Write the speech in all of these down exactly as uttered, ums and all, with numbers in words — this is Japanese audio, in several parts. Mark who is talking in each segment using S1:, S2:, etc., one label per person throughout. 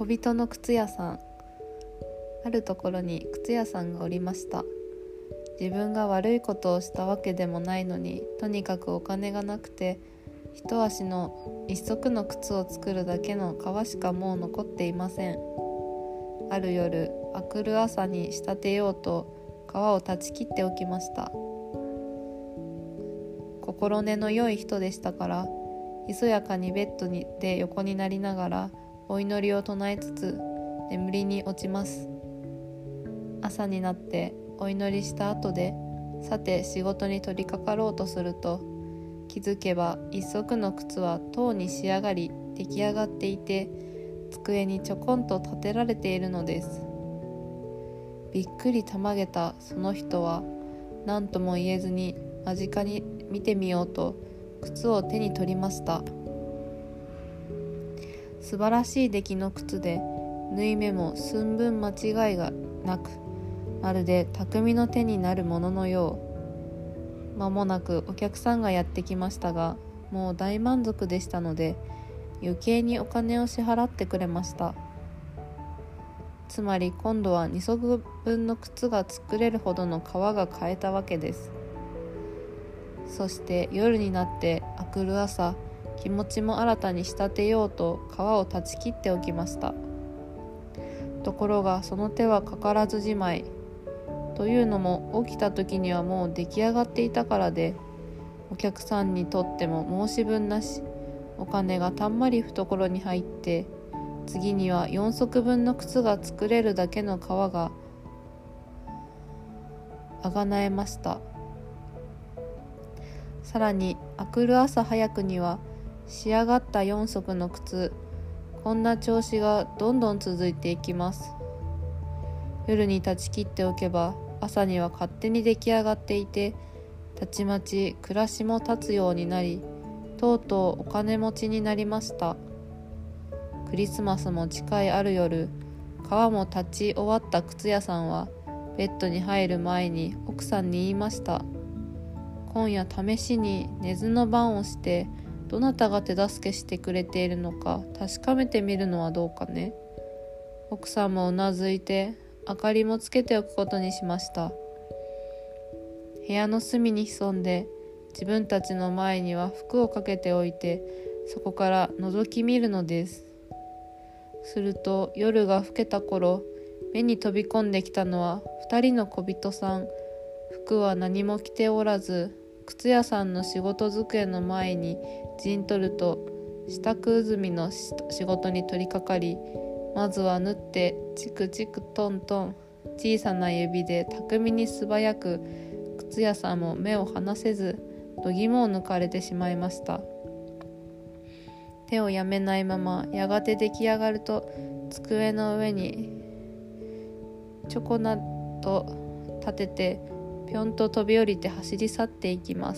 S1: 人の靴屋さん。あるところに靴屋さんがおりました。自分が悪いことをしたわけでもないのに、とにかくお金がなくて、一足の一足の靴を作るだけの革しかもう残っていません。ある夜、明くる朝に仕立てようと革を断ち切っておきました。心根の良い人でしたから、ひそやかにベッドにで横になりながらお祈りを唱えつつ眠りに落ちます。朝になってお祈りした後で、さて仕事に取り掛かろうとすると、気づけば一足の靴はとうに仕上がり出来上がっていて、机にちょこんと立てられているのです。びっくりたまげたその人は何とも言えずに間近に見てみようと靴を手に取りました。素晴らしい出来の靴で、縫い目も寸分間違いがなく、まるで匠の手になるもののよう。間もなくお客さんがやってきましたが、もう大満足でしたので、余計にお金を支払ってくれました。つまり今度は二足分の靴が作れるほどの革が買えたわけです。そして夜になって明くる朝、気持ちも新たに仕立てようと革を断ち切っておきました。ところがその手はかからずじまい。というのも起きた時にはもう出来上がっていたからで、お客さんにとっても申し分なし、お金がたんまり懐に入って、次にはよん足分の靴が作れるだけの革があがなえました。さらに明くる朝早くには仕上がったよん足の靴、こんな調子がどんどん続いていきます。夜に断ち切っておけば朝には勝手に出来上がっていて、たちまち暮らしも立つようになり、とうとうお金持ちになりました。クリスマスも近いある夜、革も立ち終わった靴屋さんはベッドに入る前に奥さんに言いました。今夜試しに寝ずの番をして、どなたが手助けしてくれているのか確かめてみるのはどうかね。奥さんもうなずいて、明かりもつけておくことにしました。部屋の隅に潜んで、自分たちの前には服をかけておいて、そこから覗き見るのです。すると夜が更けた頃、目に飛び込んできたのは二人の小人さん。服は何も着ておらず、靴屋さんの仕事机の前に陣取ると、支度済みの仕事に取り掛かり、まずは縫ってチクチクトントン、小さな指で巧みに素早く、靴屋さんも目を離せず、度肝を抜かれてしまいました。手をやめないまま、やがて出来上がると、机の上にちょこなと立てて、ぴょんと飛び降りて走り去っていきます。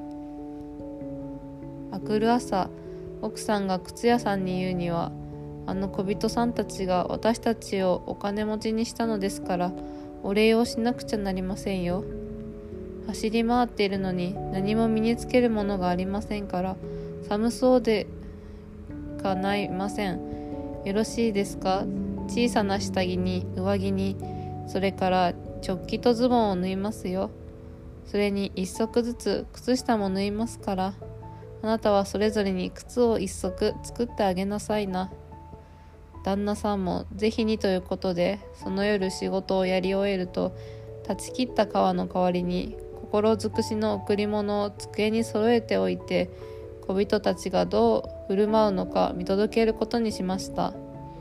S1: 明くる朝、奥さんが靴屋さんに言うには、あの小人さんたちが私たちをお金持ちにしたのですから、お礼をしなくちゃなりませんよ。走り回っているのに何も身につけるものがありませんから、寒そうでがないません。よろしいですか。小さな下着に上着に、それからチョッキとズボンを縫いますよ。それに一足ずつ靴下も縫いますから、あなたはそれぞれに靴を一足作ってあげなさいな。旦那さんもぜひにということで、その夜仕事をやり終えると、断ち切った革の代わりに心尽くしの贈り物を机に揃えておいて、小人たちがどう振る舞うのか見届けることにしました。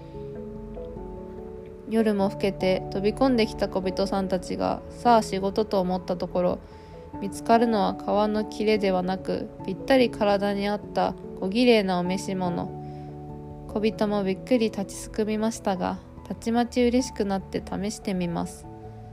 S1: 夜も更けて飛び込んできた小人さんたちがさあ仕事と思ったところ、見つかるのは革の切れではなく、ぴったり体に合った小綺麗なお召し物。小人もびっくり立ちすくみましたが、たちまち嬉しくなって試してみます。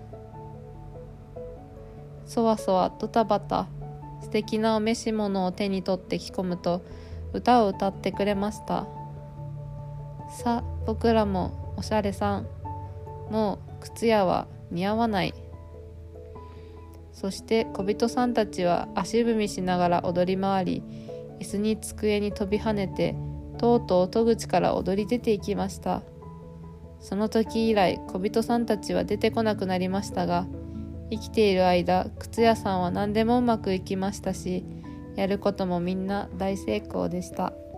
S1: そわそわドタバタ、素敵なお召し物を手に取って着込むと、歌を歌ってくれました。さあ僕らもおしゃれさん、もう靴屋は似合わない。そして小人さんたちは足踏みしながら踊り回り、椅子に机に飛び跳ねて、とうとう戸口から踊り出ていきました。 その時以来小人さんたちは出てこなくなりましたが、生きている間靴屋さんは何でもうまくいきましたし、やることもみんな大成功でした。